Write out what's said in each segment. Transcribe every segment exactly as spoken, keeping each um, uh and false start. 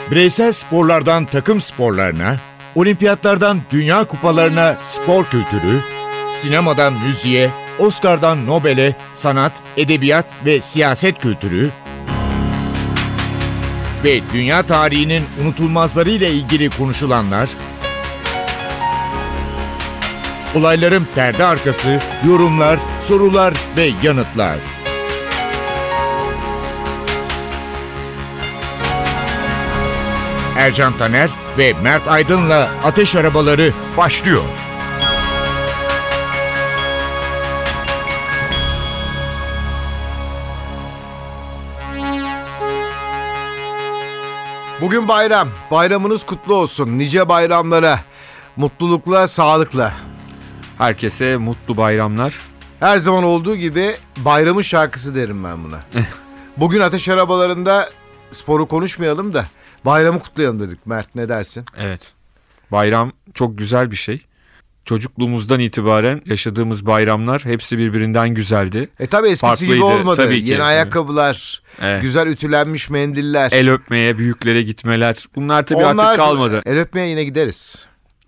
Bireysel sporlardan takım sporlarına, olimpiyatlardan dünya kupalarına spor kültürü, sinemadan müziğe, Oscar'dan Nobel'e sanat, edebiyat ve siyaset kültürü ve dünya tarihinin unutulmazlarıyla ilgili konuşulanlar, olayların perde arkası, yorumlar, sorular ve yanıtlar. Ercan Taner ve Mert Aydın'la Ateş Arabaları başlıyor. Bugün bayram. Bayramınız kutlu olsun. Nice bayramlara, mutlulukla, sağlıkla. Herkese mutlu bayramlar. Her zaman olduğu gibi bayramın şarkısı derim ben buna. Bugün Ateş Arabalarında sporu konuşmayalım da bayramı kutlayalım dedik. Mert, ne dersin? Evet. Bayram çok güzel bir şey. Çocukluğumuzdan itibaren yaşadığımız bayramlar hepsi birbirinden güzeldi. E tabi eskisi Farklıydı, gibi olmadı. tabii ki, Yeni tabii. ayakkabılar, Evet. güzel ütülenmiş mendiller. El öpmeye, büyüklere gitmeler. Bunlar tabii Onlar, artık kalmadı. El öpmeye yine gideriz.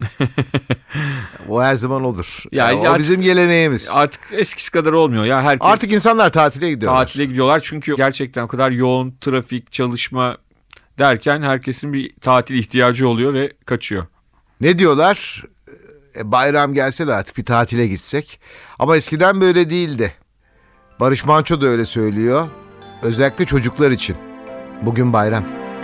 O her zaman olur. Ya, Yani o artık- bizim geleneğimiz. Artık eskisi kadar olmuyor. Ya herkes Artık insanlar tatile gidiyorlar. tatile gidiyorlar çünkü gerçekten o kadar yoğun trafik, çalışma derken herkesin bir tatil ihtiyacı oluyor ve kaçıyor. Ne diyorlar? E, bayram gelse de artık bir tatile gitsek. Ama eskiden böyle değildi. Barış Manço da öyle söylüyor. Özellikle çocuklar için. Bugün bayram.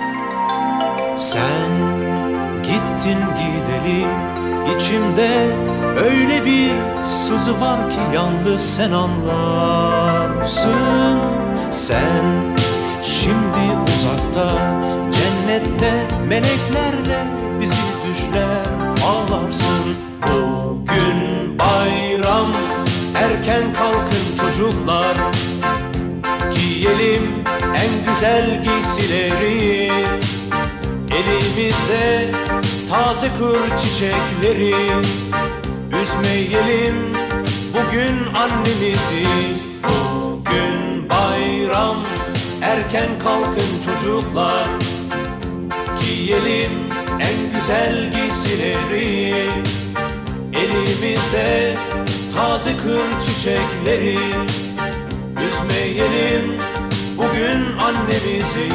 Sen gittin gideli içimde öyle bir sızı var ki yalnız sen anlarsın. Sen şimdi uzakta cennette meleklerle bizi düşler ağlarsın. Bugün bayram, erken kalkın çocuklar, giyelim en güzel giysileri, elimizde taze kır çiçekleri, üzmeyelim bugün annemizi. Bugün bayram, erken kalkın çocuklar, giyelim en güzel giysileri, elimizde taze kır çiçekleri, üzmeyelim bugün annemizi.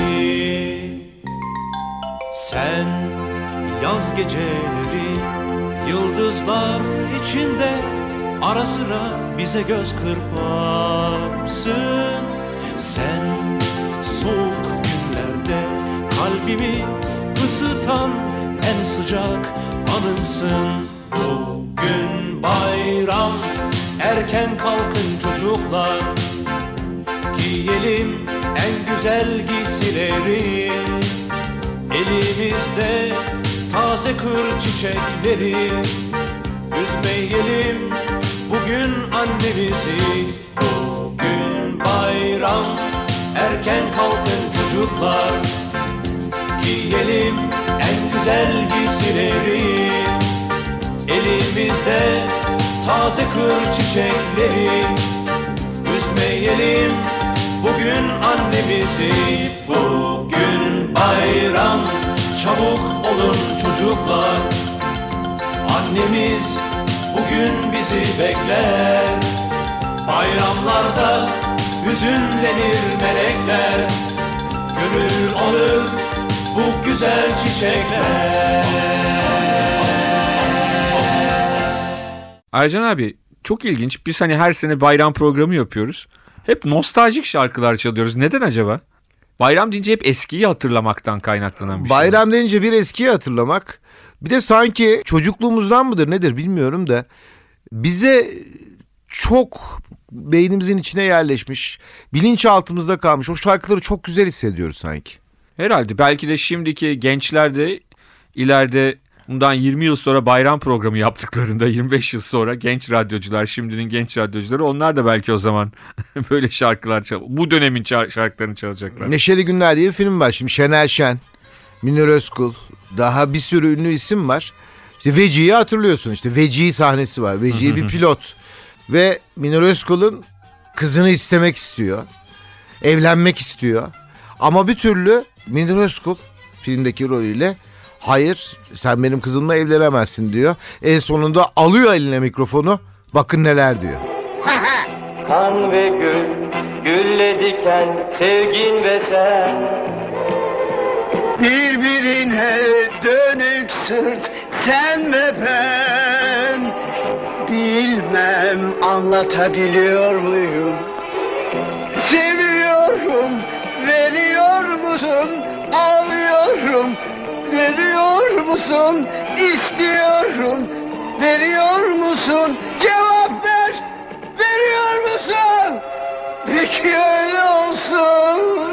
Sen yaz geceleri yıldızlar içinde ara sıra bize göz kırparsın. Sen soğuk günlerde kalbimi ısıtan en sıcak anımsın. Bugün bayram, erken kalkın çocuklar, giyelim en güzel giysileri, elimizde taze kır çiçekleri, üzmeyelim bugün annemizi. Bugün bayram, erken kalkın çocuklar, giyelim en güzel giysileri, elimizde taze kır çiçekleri, üzmeyelim bugün annemizi. Bugün bayram, çabuk olun çocuklar, annemiz bugün bizi bekler. Bayramlarda hüzünlenir melekler, gönül alır bu güzel çiçekler. Ercan abi, çok ilginç. Biz hani her sene bayram programı yapıyoruz. Hep nostaljik şarkılar çalıyoruz. Neden acaba? Bayram deyince hep eskiyi hatırlamaktan kaynaklanan bir şey. Bayram denince bir eskiyi hatırlamak. Bir de sanki çocukluğumuzdan mıdır nedir bilmiyorum da bize çok beynimizin içine yerleşmiş, bilinçaltımızda kalmış o şarkıları çok güzel hissediyoruz sanki. Herhalde belki de şimdiki gençler de ileride bundan yirmi yıl sonra bayram programı yaptıklarında, yirmi beş yıl sonra genç radyocular, şimdinin genç radyocuları, onlar da belki o zaman böyle şarkılar çal, bu dönemin şarkılarını çalacaklar. Neşeli Günler diye bir film var. Şimdi Şener Şen, Münir Özkul, daha bir sürü ünlü isim var. İşte Veci'yi hatırlıyorsun, işte Veci sahnesi var. Veci bir pilot ve Münir Özkul'un kızını istemek istiyor. Evlenmek istiyor. Ama bir türlü Münir Özkul filmdeki rolüyle. Hayır, sen benim kızımla evlenemezsin diyor. En sonunda alıyor eline mikrofonu. Bakın neler diyor. Kan ve gül, gülle diken, sevgin ve sen. Birbirine dönük sırt, sen ve ben. Bilmem anlatabiliyor muyum? Seviyorum, veriyor musun? Ağlıyorum, veriyor musun? İstiyorum, veriyor musun? Cevap ver, veriyor musun? Peki öyle olsun.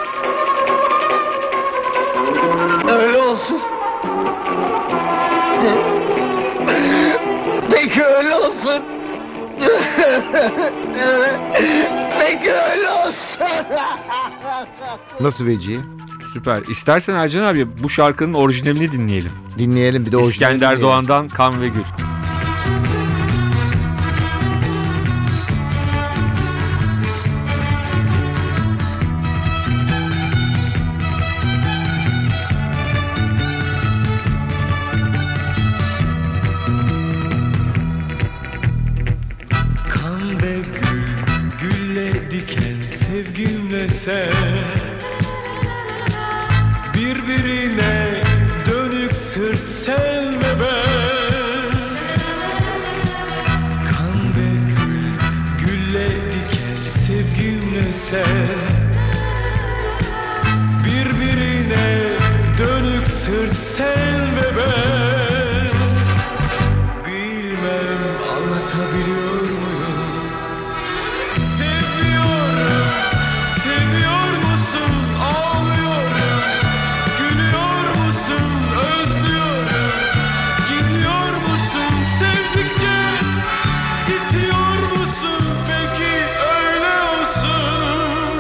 Öyle olsun. Peki öyle olsun. Peki öyle olsun. Nasıl Vecihi? Süper. İstersen Ercan abi bu şarkının orijinalini dinleyelim. Dinleyelim bir de orijinalini İskender dinleyelim. Doğan'dan Kan ve Gül. Kan ve gül, gülle diken, sevgimle sen. Birbirine dönük sırt sen ve ben. Kan ve gül, gülle diken, sevgimle sen. Birbirine dönük sırt sen ve ben. Bilmem anlatabiliyor muyum? Seviyorum, seviyor musun? Ağlıyorum, gülüyor musun? Özlüyorum, gidiyor musun? Sevdikçe bitiyor musun? Peki öyle olsun.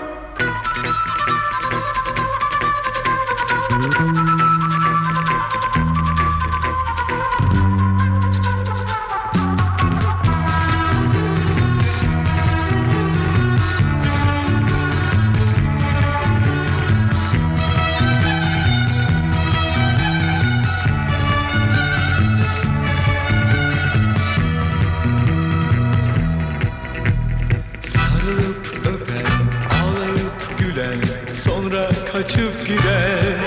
Sarılıp öpen, ağlayıp gülen, sonra kaçıp gider.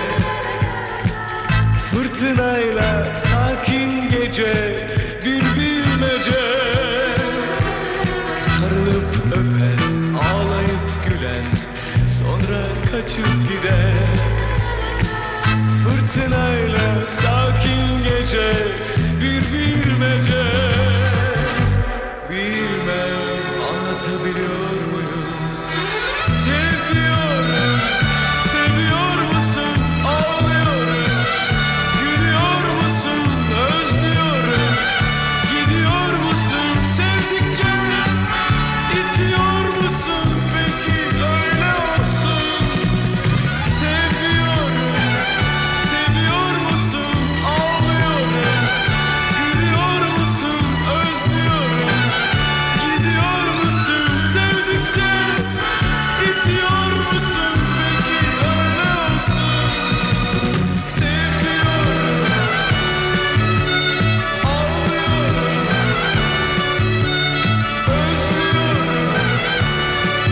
Fırtınayla sakin gece, bir bilmece. Sarılıp öpen, ağlayıp gülen, sonra kaçıp gider. Fırtınayla sakin gece, bir bilmece. Bilmem anlatabiliyor muyum? Seviyorum, seviyor musun? Ağlıyorum, gülüyor musun? Özlüyorum, gidiyor musun? Sevdikçe itiyor musun? Peki öyle olsun. Seviyorum, seviyor musun? Ağlıyorum, gülüyor musun? Özlüyorum, gidiyor musun? Sevdikçe itiyor musun? Peki öyle olsun. Seviyorum, ağlıyorum, özlüyorum.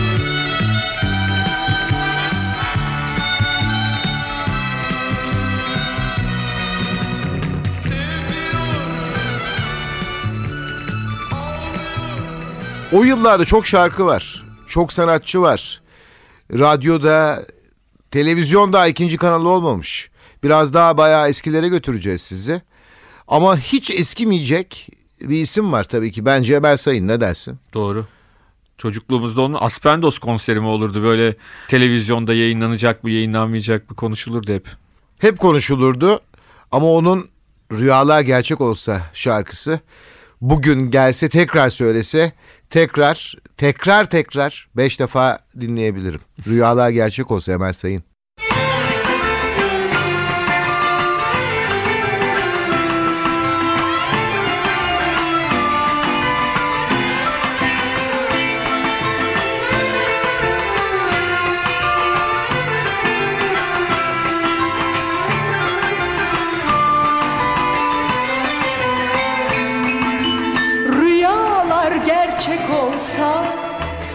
O yıllarda çok şarkı var. Çok sanatçı var. Radyoda, televizyonda ikinci kanalı olmamış. Biraz daha bayağı eskilere götüreceğiz sizi. Ama hiç eskimeyecek bir isim var tabii ki. Bence Emel Sayın, ne dersin? Doğru. Çocukluğumuzda onun Aspendos konseri mi olurdu? Böyle televizyonda yayınlanacak mı, yayınlanmayacak mı konuşulurdu hep. Hep konuşulurdu ama onun Rüyalar Gerçek Olsa şarkısı bugün gelse tekrar söylese tekrar tekrar tekrar beş defa dinleyebilirim. Rüyalar Gerçek Olsa, Emel Sayın.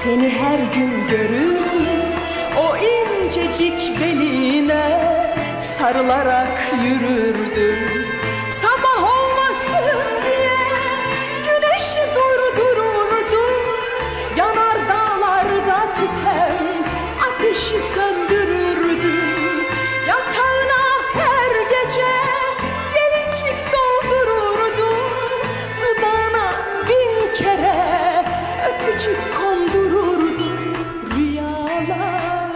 seni her gün görürdüm. O incecik beline sarılarak yürürdüm. Sabah olmasın diye güneşi durdururdum. Yanar dağlarda tüten ateşi söndürürdüm. Yatağına her gece gelincik doldururdum. Dudağına bin kere öpücük kondururdum. Rüyalar,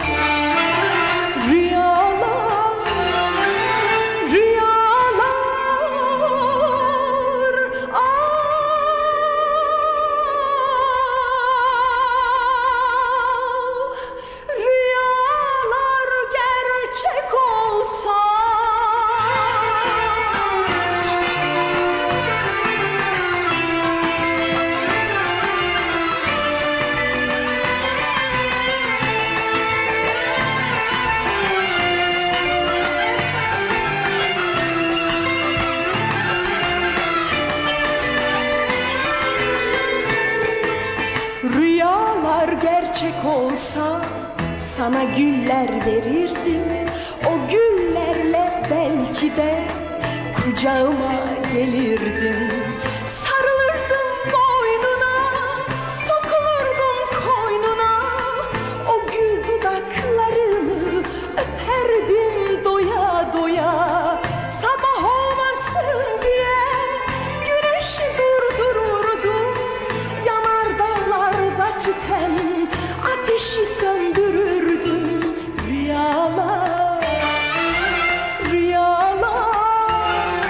rüyalar, rüyalar. Ah, rüyalar gerçek olsa. Rüyalar gerçek olsa sana güller verirdim. O güllerle belki de kucağıma gelirdim. Sarılırdım boynuna, sokulurdum koynuna. O gül dudaklarını öperdim doya doya. Sabah olmasın diye güneşi durdururdum. Yanar dağlarda tüten ateşi söndürürdüm. Rüyalar, rüyalar,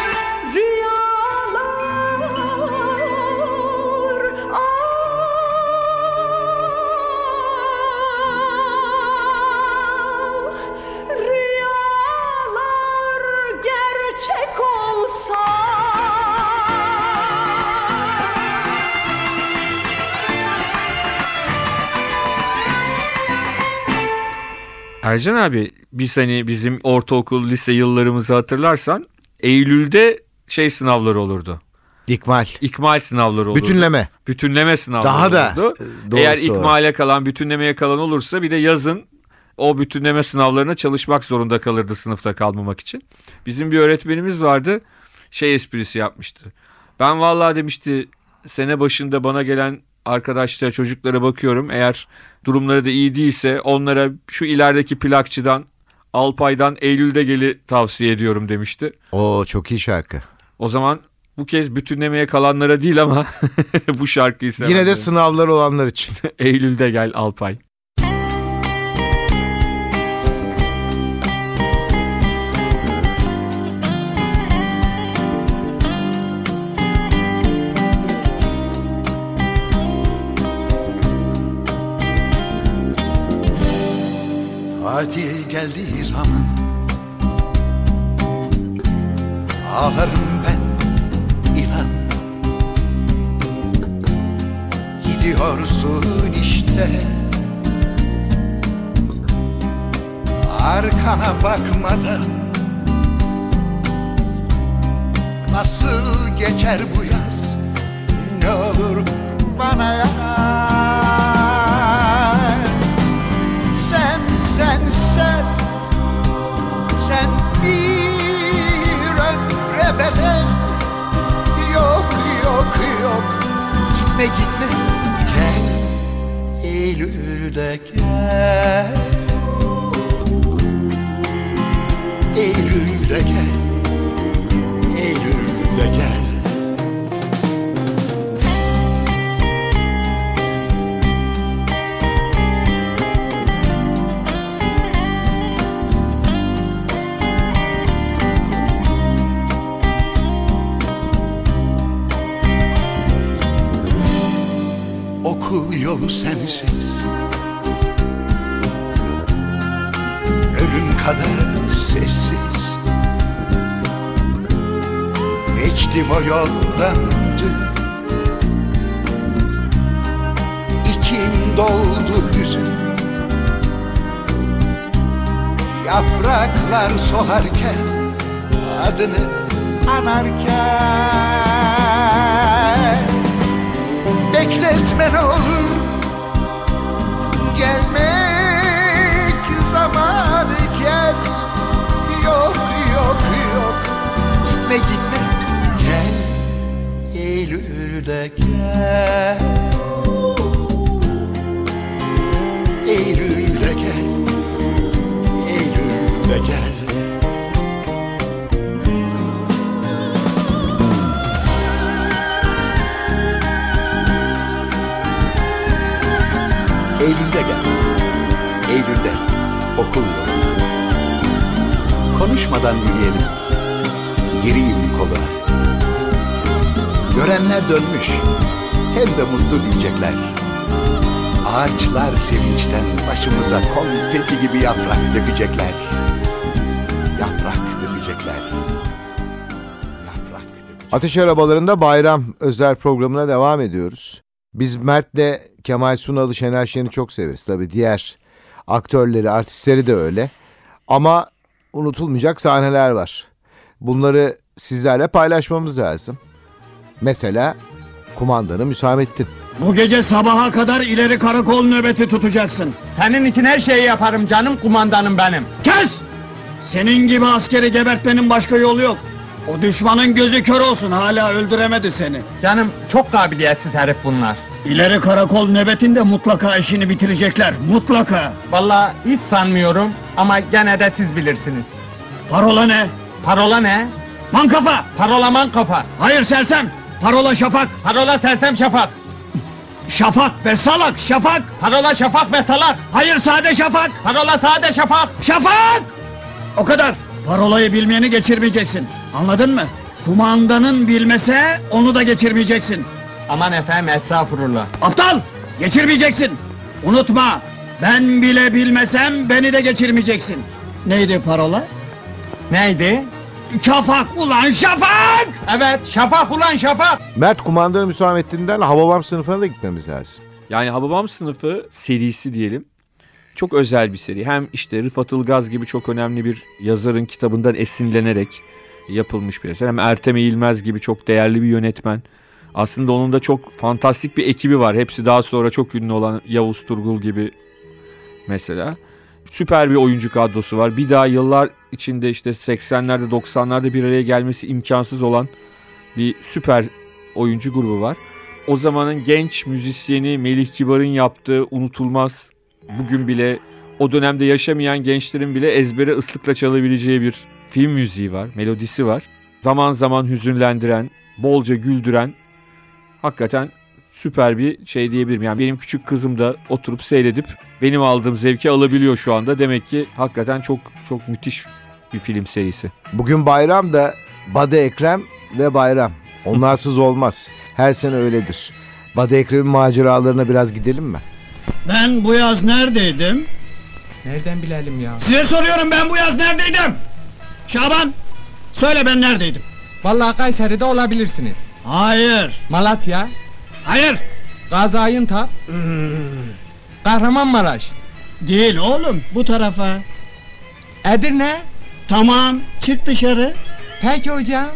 rüyalar. Ah, rüyalar gerçek olsa. Ercan abi, biz hani bizim ortaokul, lise yıllarımızı hatırlarsan Eylül'de şey sınavları olurdu. İkmal. İkmal sınavları olurdu. Bütünleme. Bütünleme sınavları Daha da olurdu. doğrusu Eğer o. ikmale kalan, bütünlemeye kalan olursa bir de yazın o bütünleme sınavlarına çalışmak zorunda kalırdı sınıfta kalmamak için. Bizim bir öğretmenimiz vardı, şey esprisi yapmıştı. Ben vallahi demişti, sene başında bana gelen arkadaşlara, çocuklara bakıyorum. Eğer durumları da iyi değilse onlara şu ilerideki plakçıdan, Alpay'dan Eylül'de geli tavsiye ediyorum demişti. Oo, çok iyi şarkı. O zaman bu kez bütünlemeye kalanlara değil ama bu şarkıyı seven. Yine de sınavlar olanlar için. Eylül'de gel Alpay. Tatil geldiği zaman ağlarım ben, inan. Gidiyorsun işte, arkana bakmadan. Nasıl geçer bu yaz, ne olur bana yar. Sen, sen, sen, sen bir ömre bedel. Yok, yok, yok, gitme, gitme. Gel, Eylül'de gel. Eylül'de gel. Eylül'de gel. Okul yolu sensiz, ölüm kadar sessiz. Geçtim o yoldan dün, içim doldu hüzün. Yapraklar solarken, adını anarken. Bekletme ne olur, okul yoluna. Konuşmadan yürüyelim, gireyim koluna. Görenler dönmüş, hem de mutlu diyecekler. Ağaçlar sevinçten başımıza konfeti gibi yaprak dökecekler. Yaprak dökecekler. Yaprak dökecekler. Ateş Arabalarında Bayram özel programına devam ediyoruz. Biz Mert'le Kemal Sunal'ı, Şener Şen'i çok severiz. Tabii diğer aktörleri, artistleri de öyle. Ama unutulmayacak sahneler var. Bunları sizlerle paylaşmamız lazım. Mesela kumandanım Hüsamettin. Bu gece sabaha kadar ileri karakol nöbeti tutacaksın. Senin için her şeyi yaparım canım, kumandanım benim. Kes! Senin gibi askeri gebertmenin başka yolu yok. O düşmanın gözü kör olsun, hala öldüremedi seni. Canım, çok kabiliyetsiz herif bunlar. İleri karakol nöbetinde mutlaka işini bitirecekler, mutlaka. Vallahi hiç sanmıyorum ama gene de siz bilirsiniz. Parola ne? Parola ne? Mankafa! Parola mankafa. Hayır sersem! Parola şafak! Parola sersem şafak. Şafak be salak, şafak! Parola şafak ve salak. Hayır sade şafak! Parola sade şafak. Şafak! O kadar! Parolayı bilmeyeni geçirmeyeceksin, anladın mı? Kumandanın bilmese onu da geçirmeyeceksin. Aman efendim, estağfurullah. Aptal! Geçirmeyeceksin! Unutma! Ben bile bilmesem beni de geçirmeyeceksin. Neydi parola? Neydi? Şafak ulan şafak! Evet, şafak ulan şafak. Mert, kumandanım Hüsamettin'den Hababam sınıfına da gitmemiz lazım. Yani Hababam sınıfı serisi diyelim. Çok özel bir seri. Hem işte Rıfat Ilgaz gibi çok önemli bir yazarın kitabından esinlenerek yapılmış bir eser. Hem Ertem Eğilmez gibi çok değerli bir yönetmen. Aslında onun da çok fantastik bir ekibi var. Hepsi daha sonra çok ünlü olan Yavuz Turgul gibi mesela. Süper bir oyuncu kadrosu var. Bir daha yıllar içinde işte seksenlerde doksanlarda bir araya gelmesi imkansız olan bir süper oyuncu grubu var. O zamanın genç müzisyeni Melih Kibar'ın yaptığı unutulmaz, bugün bile o dönemde yaşamayan gençlerin bile ezbere ıslıkla çalabileceği bir film müziği var, melodisi var. Zaman zaman hüzünlendiren, bolca güldüren, hakikaten süper bir şey diyebilirim. Yani benim küçük kızım da oturup seyredip benim aldığım zevki alabiliyor şu anda. Demek ki hakikaten çok çok müthiş bir film serisi. Bugün bayram da Bade Ekrem ve Bayram. Onlarsız olmaz. Her sene öyledir. Bade Ekrem'in maceralarına biraz gidelim mi? Ben bu yaz neredeydim? Nereden bilelim ya? Size soruyorum, ben bu yaz neredeydim? Şaban, söyle ben neredeydim? Vallahi Kayseri'de olabilirsiniz. Hayır. Malatya, Hayır. Gaziantep, Kahramanmaraş, Değil oğlum, bu tarafa. Edirne. Tamam, çık dışarı. Peki hocam.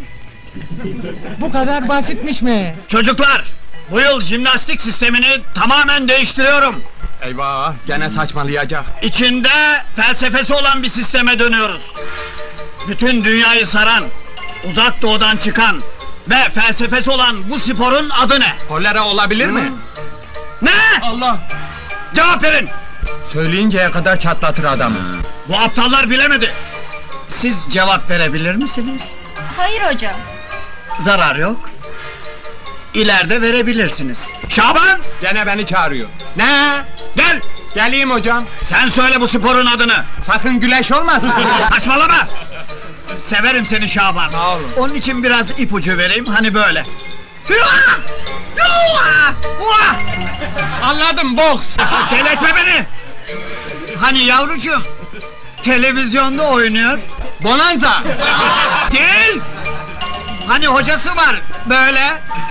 Bu kadar basitmiş mi? Çocuklar, bu yıl jimnastik sistemini tamamen değiştiriyorum. Eyvah, gene saçmalayacak. İçinde felsefesi olan bir sisteme dönüyoruz. Bütün dünyayı saran, uzak doğudan çıkan ve felsefesi olan bu sporun adı ne? Kolera olabilir mi? Ne? Allah! Cevap verin! Söyleyinceye kadar çatlatır adamı. Bu aptallar bilemedi. Siz cevap verebilir misiniz? Hayır hocam. Zarar yok. İleride verebilirsiniz. Şaban! Gene beni çağırıyor. Ne? Gel! Geleyim hocam. Sen söyle bu sporun adını. Sakın güleş olmasın. Saçmalama! Severim seni Şaban. Sağ olun. Onun için biraz ipucu vereyim, hani böyle. Hüa! Hüa! Hua! Anladım, boks. Delirtme beni! Hani yavrucuğum, televizyonda oynuyor. Bonanza. Değil! Hani hocası var, böyle.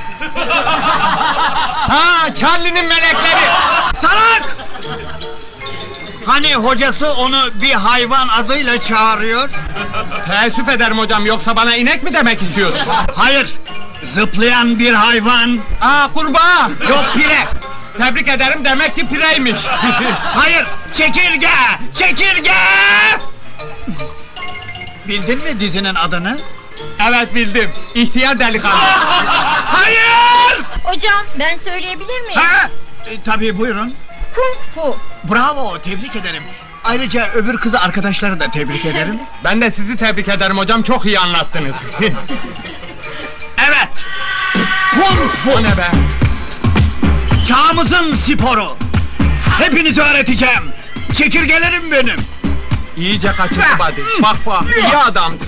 Ha, Charlie'nin melekleri. Salak! Hani hocası onu bir hayvan adıyla çağırıyor. Teessüf ederim hocam, yoksa bana inek mi demek istiyorsun? Hayır, zıplayan bir hayvan. Aa, kurbağa. Yok, pire. Tebrik ederim, demek ki pireymiş. Hayır, çekirge! Çekirge! Bildin mi dizinin adını? Evet, bildim. İhtiyar delikanlı. Hayır! Hocam ben söyleyebilir miyim? Ha? E, tabii buyurun. Kung fu. Bravo, tebrik ederim. Ayrıca öbür kızı arkadaşları da tebrik ederim. Ben de sizi tebrik ederim hocam, çok iyi anlattınız. Evet! Kung fu! O ne be? Çağımızın sporu! Hepinize öğreteceğim! Çekirgelerim benim! İyice kaçırdı body. Bak bak, iyi adamdı.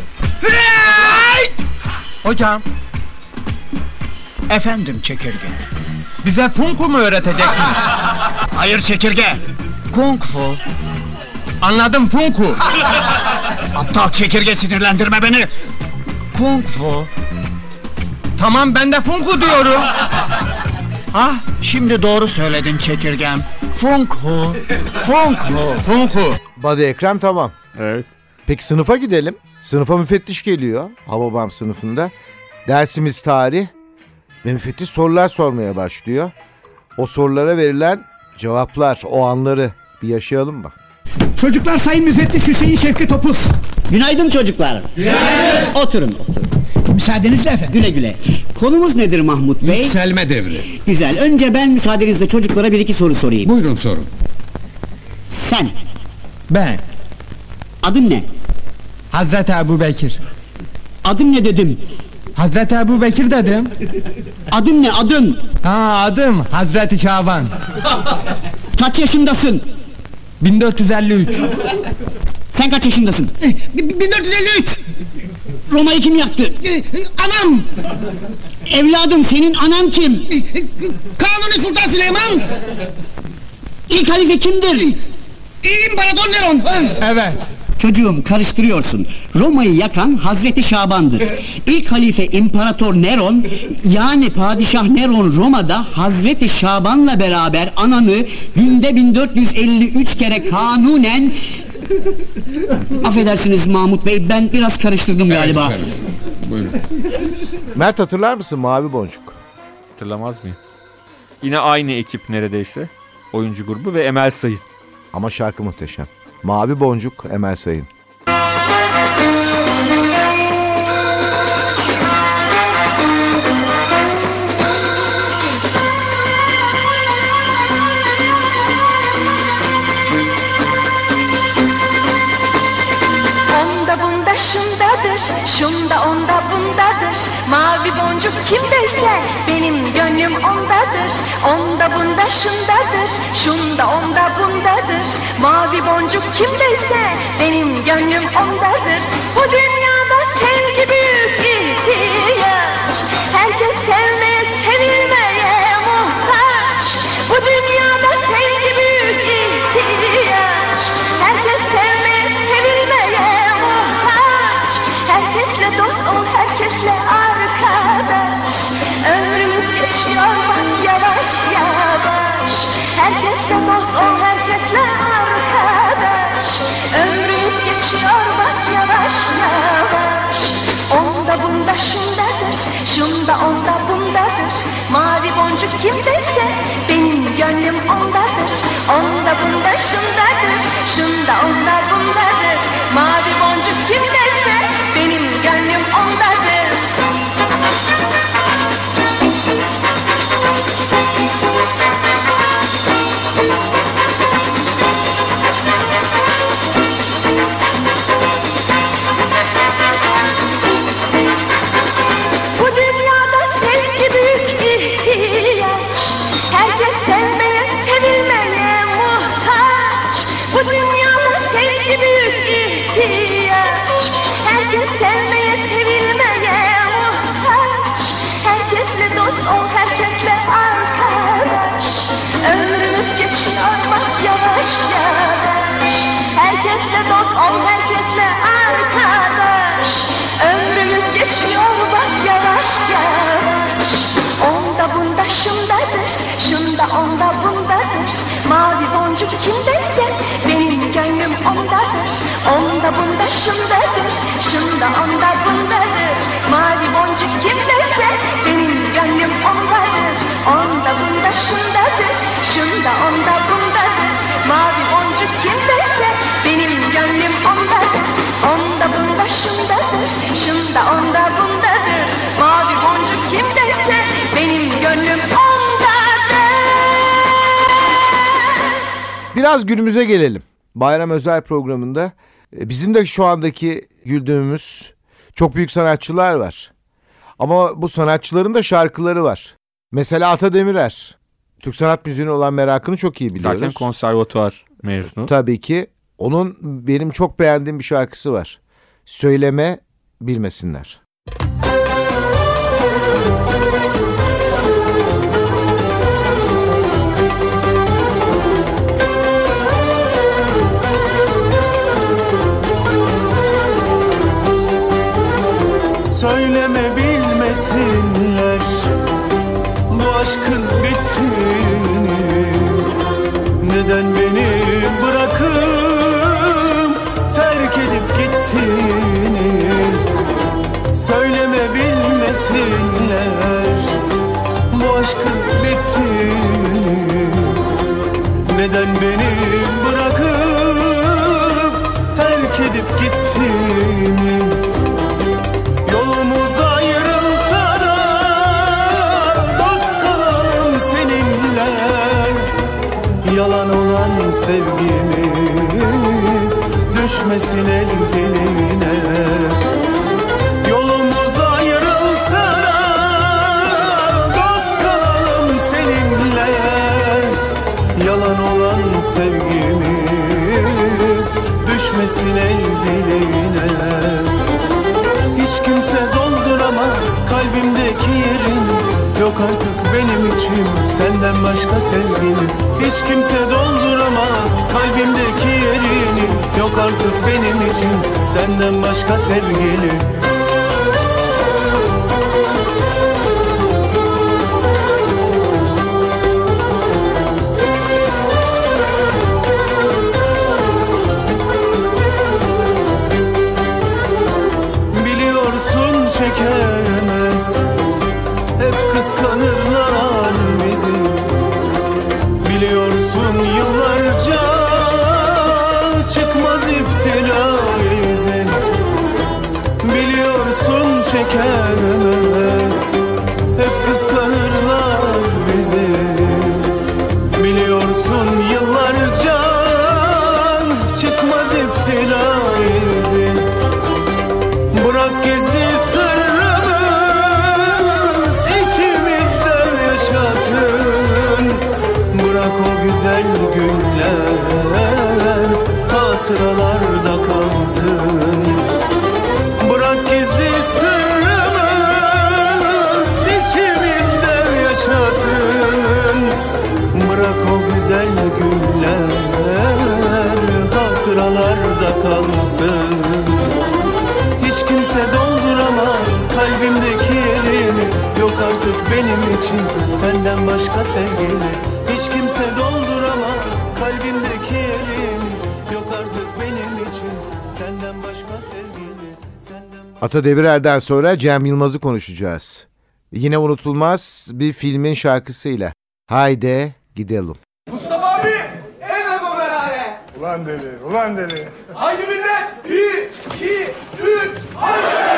Hocam, Efendim çekirge. bize funku mu öğreteceksin? Hayır çekirge. Kung fu. Anladım, funku. Aptal çekirge, sinirlendirme beni. Kung fu. Tamam, ben de funku diyorum. Ah, şimdi doğru söyledin çekirgem. Fung fu. Fung fu. Funku. Badi Ekrem tamam. Evet. Peki sınıfa gidelim. Sınıfa müfettiş geliyor. Hababam sınıfında. Dersimiz tarih. Ve müfettiş sorular sormaya başlıyor. O sorulara verilen cevaplar, o anları bir yaşayalım mı? Çocuklar, Sayın Müfettiş Hüseyin Şevki Topuz. Günaydın çocuklar. Günaydın. Oturun, oturun. Müsaadenizle efendim. Güle güle. Konumuz nedir Mahmut Bey? Yükselme devri. Güzel. Önce ben müsaadenizle çocuklara bir iki soru sorayım. Buyurun sorun. Sen, Ben, adın ne? Hazreti Ebu Bekir. Adın ne dedim? Hazreti Ebu Bekir dedim. Adın ne, adın? Ha, adım Hazreti Şaban. Kaç yaşındasın? bin dört yüz elli üç. Sen kaç yaşındasın? bin dört yüz elli üç. Roma'yı kim yaktı? Anam. Evladım, senin anan kim? Kanuni Sultan Süleyman. İlk halife kimdir? İmparator Neron. Evet. Çocuğum, karıştırıyorsun. Roma'yı yakan Hazreti Şaban'dır. İlk halife İmparator Neron, yani Padişah Neron Roma'da Hazreti Şaban'la beraber ananı günde bin dört yüz elli üç kere kanunen... Affedersiniz Mahmut Bey, ben biraz karıştırdım galiba. Evet, buyurun. Mert, hatırlar mısın Mavi Boncuk? Hatırlamaz mıyım? Yine aynı ekip neredeyse. Oyuncu grubu ve Emel Sayın. Ama şarkı muhteşem. Mavi Boncuk, Emel Sayın. Onda bunda şundadır, şunda onda bundadır. Mavi boncuk kimdeyse benim gönlüm ondadır. Onda bunda şundadır, şunda onda bundadır. Mavi boncuk kimdeyse benim gönlüm ondadır. Bu dünyada sevgi büyük ihtiyaç. Herkes sevmeye, sevilmeye muhtaç. Bu dünyada sevgi büyük ihtiyaç. Herkes sevmeye, sevilmeye muhtaç. Herkesle dost ol, herkesle arkadaş. Ömrümüz geçiyor bak yavaş yavaş. Herkesle dost ol, herkesle arkadaş. Ömrümüz geçiyor bak yavaş yavaş. Onda bunda şundadır, şunda onda bundadır. Mavi boncuk kimdeyse benim gönlüm ondadır. Onda bunda şundadır, şunda onda bundadır. Mavi boncuk kimdeyse benim gönlüm ondadır. Bu dünyada sevgi büyük ihtiyaç. Herkes sevmeye, sevilmeye muhtaç. Bu dünyada sevgi büyük ihtiyaç. Herkes sevmeye, sevilmeye muhtaç. Herkesle dost ol, herkesle arkadaş. Ömrümüz geçiyor bak yavaş yavaş. Herkesle dost ol, herkesle arkadaş. Ömrümüz geçiyor bak yavaş yavaş. Onda bunda şundadır, şunda onda bundadır. Mavi boncuk kimdeyse benim gönlüm ondadır. Onda bunda şundadır, şunda onda bundadır. Mavi boncuk kimdeyse benim gönlüm ondadır. Onda bunda şundadır, şunda onda bundadır. Mavi boncuk kimdeyse benim gönlüm ondadır. Onda bunda şundadır, şunda onda bundadır. Mavi boncuk kimdeyse benim gönlüm ondadır. Biraz günümüze gelelim. Bayram özel programında e, bizim de şu andaki güldüğümüz çok büyük sanatçılar var. Ama bu sanatçıların da şarkıları var. Mesela Ata Demirer. Türk sanat müziğine olan merakını çok iyi biliyoruz. Zaten konservatuvar mezunu. Tabii ki. Onun benim çok beğendiğim bir şarkısı var. Söyleme bilmesinler. Söyleme bilmesinler bu aşkın bittiğini, neden beni bırakıp terk edip gittiğini. Söyleme bilmesinler bu aşkın bittiğini, neden beni bırakıp terk edip gittiğini. Yolumuz ayrılsa da dost kalalım seninle, yalan olan sevgimiz düşmesin el diline. Yolumuz ayrılsa da dost kalalım seninle, yalan olan sevgimiz düşmesin el diline. Hiç kimse dolduramaz kalbimdeki yerin, yok artık benim için senden başka sevgin. Hiç kimse dolduramaz kalbimdeki yerini, yok artık benim için senden başka sevgili. Çekemez, hep kıskanırlar bizi. Biliyorsun yıllarca çıkmaz iftira izi. Biliyorsun çekemez, hep kıskanırlar bizi. Biliyorsun yıllarca çıkmaz iftira izi. Bırak gizli güzel günler hatıralarda kalsın. Bırak gizli sırrımız içimizde yaşasın. Bırak o güzel günler hatıralarda kalsın. Hiç kimse dolduramaz kalbimdeki yerini, yok artık benim için senden başka sevgili. Hiç kimse dolduramaz kalbimdeki yerini, yok artık benim için senden başka sevgili. Senden başka... Ata Demirer'den sonra Cem Yılmaz'ı konuşacağız. Yine unutulmaz bir filmin şarkısıyla. Haydi gidelim. Mustafa abi, el ama beraber. Ulan deli, ulan deli. Haydi millet, bir, iki, üç, haydi!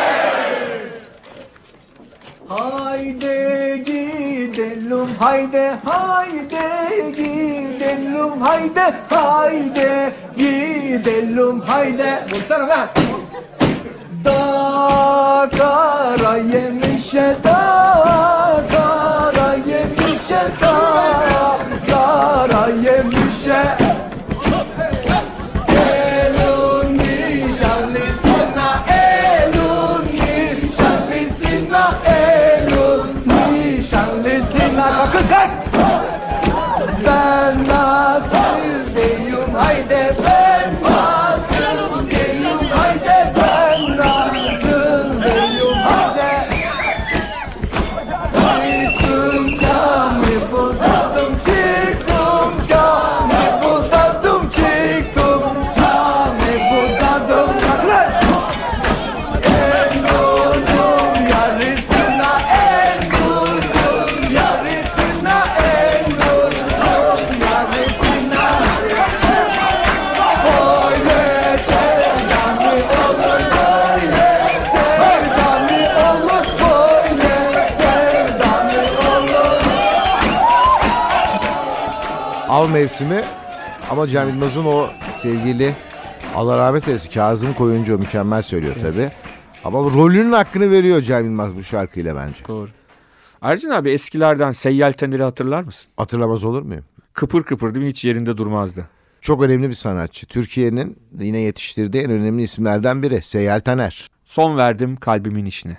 Haydi gidelim, haydi, haydi gidelim, haydi, haydi gidelim, haydi. Vursana lan! Da kara yemişe, da kara yemişe, da kara yemişe. Elun nişanlısına, elun nişanlısına, elun nişanlısına. Kız kalk! Ben nasıl deyim, haydi ben nasıl deyim, haydi ben nasıl deyim, haydi. Çıktım cami budadım, çıktım cami budadım, çıktım cami budadım. En durdum yarısına, en durdum yarısına, en durdum yarısına. Böyle sevdamı olur, böyle sevdamı olur, böyle sevdamı olur. Av mevsimi ama Cem Yılmaz'ın o sevgili, Allah rahmet eylesin, Kazım Koyuncu mükemmel söylüyor tabii. Ama rolünün hakkını veriyor Cem Yılmaz bu şarkıyla bence. Doğru. Ercan abi, eskilerden Seyyal Tener'i hatırlar mısın? Hatırlamaz olur muyum? Kıpır kıpır değil mi? Hiç yerinde durmazdı. Çok önemli bir sanatçı. Türkiye'nin yine yetiştirdiği en önemli isimlerden biri. Seyyal Taner. Son verdim kalbimin işine.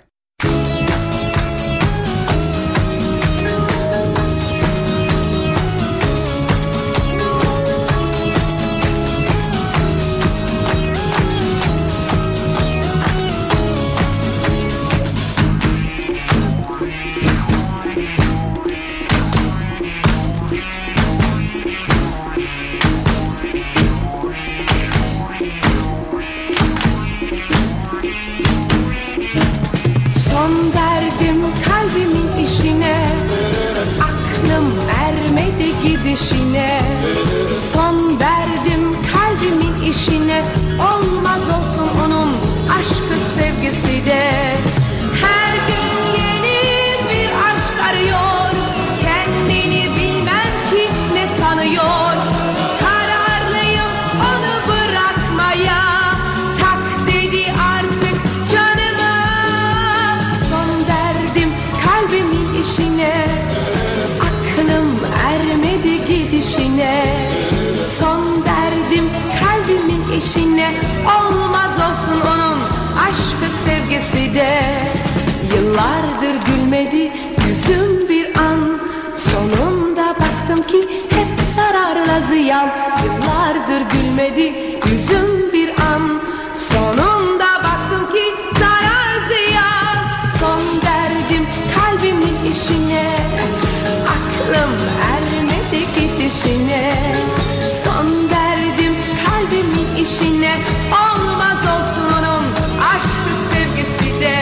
Son verdim kalbimin işine, aklım ermedi gidişine. Son verdim kalbimin işine, olmaz olsun onun aşkı sevgisi de. Her gün yeni bir aşk arıyor, kendini bilmem ki ne sanıyor. Kararlıyım onu bırakmaya, tak dedi artık canıma. Son verdim kalbimin işine, aklım ermedi gidişine. Son verdim kalbimin işine, olmaz olsun onun aşkı sevgisi de. Yıllardır gülmedi yüzüm bir an, sonunda baktım ki hep zararla ziyan. Yıllardır gülmedi yüzüm bir an, sonunda baktım ki zarar ziyan. Son verdim kalbimin işine, aklım ermedi gidişine. Son verdim kalbimin işine, olmaz olsun onun aşkı sevgisi de.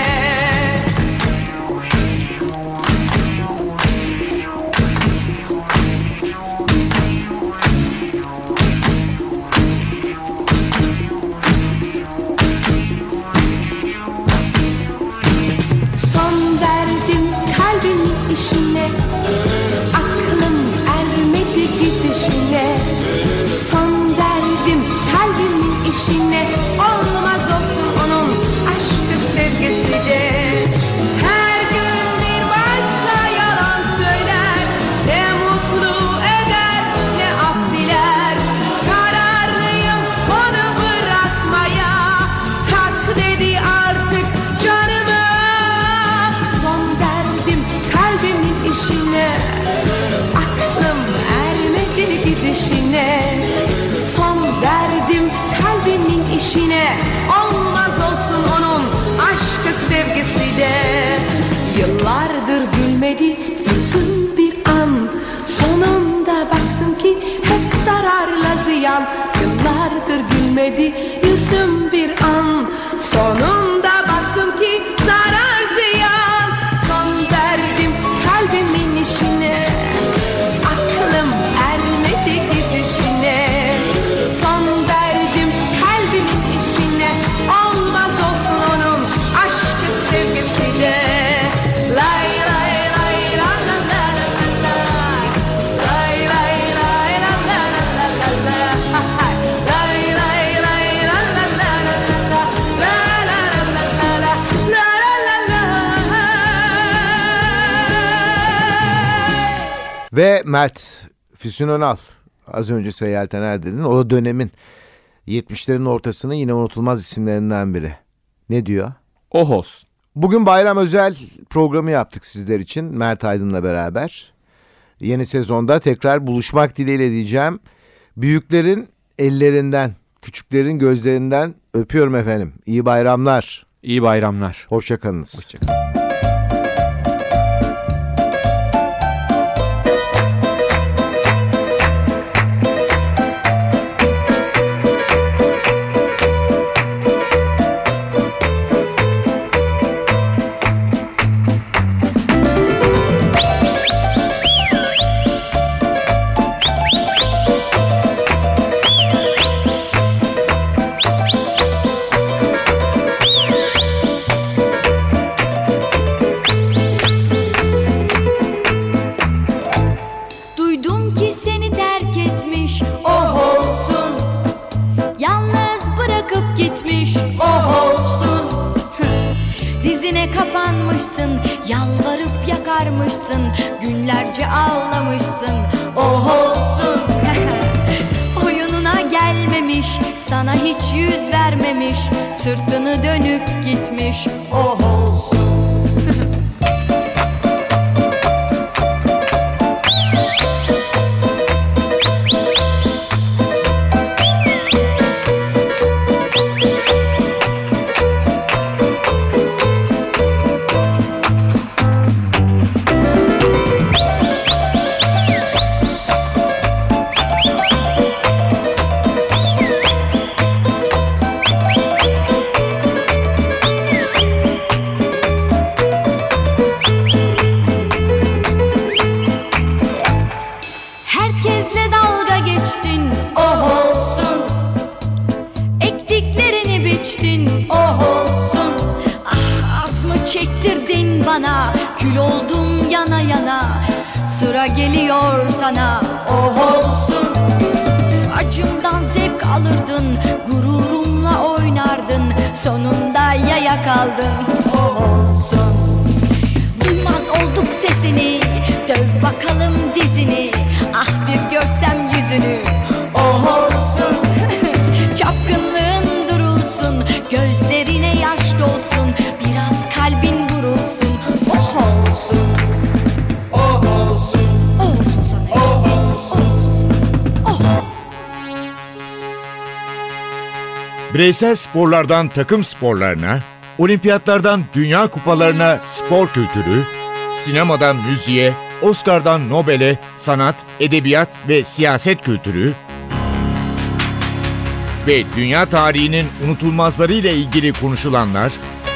Son verdim kalbimin işine, aklım ermedi gidişine. Son verdim kalbimin işine, olmaz olsun onun aşkı sevgisi de. Her gün bir başka yalan söyler, ne mutlu eder ne af diler. Kararlıyım onu bırakmaya, tak dedi artık canıma. Son verdim kalbimin işine, aklım ermedi gidişine. Son verdim kalbimin işine, olmaz olsun onun aşkı sevgisi de. Yıllardır gülmedi yüzüm bir an, sonunda baktım ki hep zararla ziyan. Yıllardır gülmedi yüzüm bir an, sonunda baktım ki zarar ziyan. Son verdim kalbimin işine, aklım ermedi gidişine. Son verdim kalbimin işine, olmaz olsun onun aşkı sevgisi de. Lay lay lay la la la la la. Lay lay lay la la la la la. Lay lay lay la la la la la. La la la la la. La la la la. Ve Mert Füsun Önal. Az önce Seyyal Taner dedin. O dönemin yetmişlerin ortasının yine unutulmaz isimlerinden biri. Ne diyor? Ohoz. Bugün bayram özel programı yaptık sizler için Mert Aydın'la beraber. Yeni sezonda tekrar buluşmak dileğiyle diyeceğim. Büyüklerin ellerinden, küçüklerin gözlerinden öpüyorum efendim. İyi bayramlar. İyi bayramlar. Hoşça kalınız. Hoşça kalın. kapanmışsın, yalvarıp yakarmışsın, günlerce ağlamışsın. Oh olsun oyununa sevmemiş, sana hiç yüz vermemiş, sırtını dönüp gitmiş. Oh olsun. Herkesle dalga geçtin, oh olsun. Ektiklerini biçtin, oh olsun. Ah, az mı çektirdin bana, kül oldum yana yana. Sıra geliyor sana, oh olsun. Acımdan zevk alırdın, gururumla oynardın. Sonunda yaya kaldın, oh olsun. Duymaz olduk sesini, döv bakalım dizini. Ah bir görsem yüzünü, oh olsun. Çapkınlığın durulsun, gözlerine yaş dolsun. Biraz kalbin vurulsun, oh olsun. Oh olsun. Oh olsun sana işte. Oh olsun. Oh olsun sana. Oh. Bireysel sporlardan takım sporlarına, olimpiyatlardan dünya kupalarına spor kültürü, sinemadan müziğe, Oscar'dan Nobel'e sanat, edebiyat ve siyaset kültürü ve dünya tarihinin unutulmazlarıyla ilgili konuşulanlar,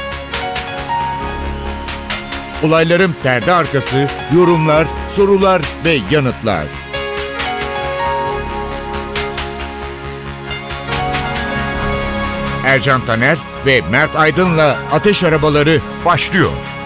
olayların perde arkası, yorumlar, sorular ve yanıtlar. Ercan Taner ve Mert Aydın'la Ateş Arabaları başlıyor.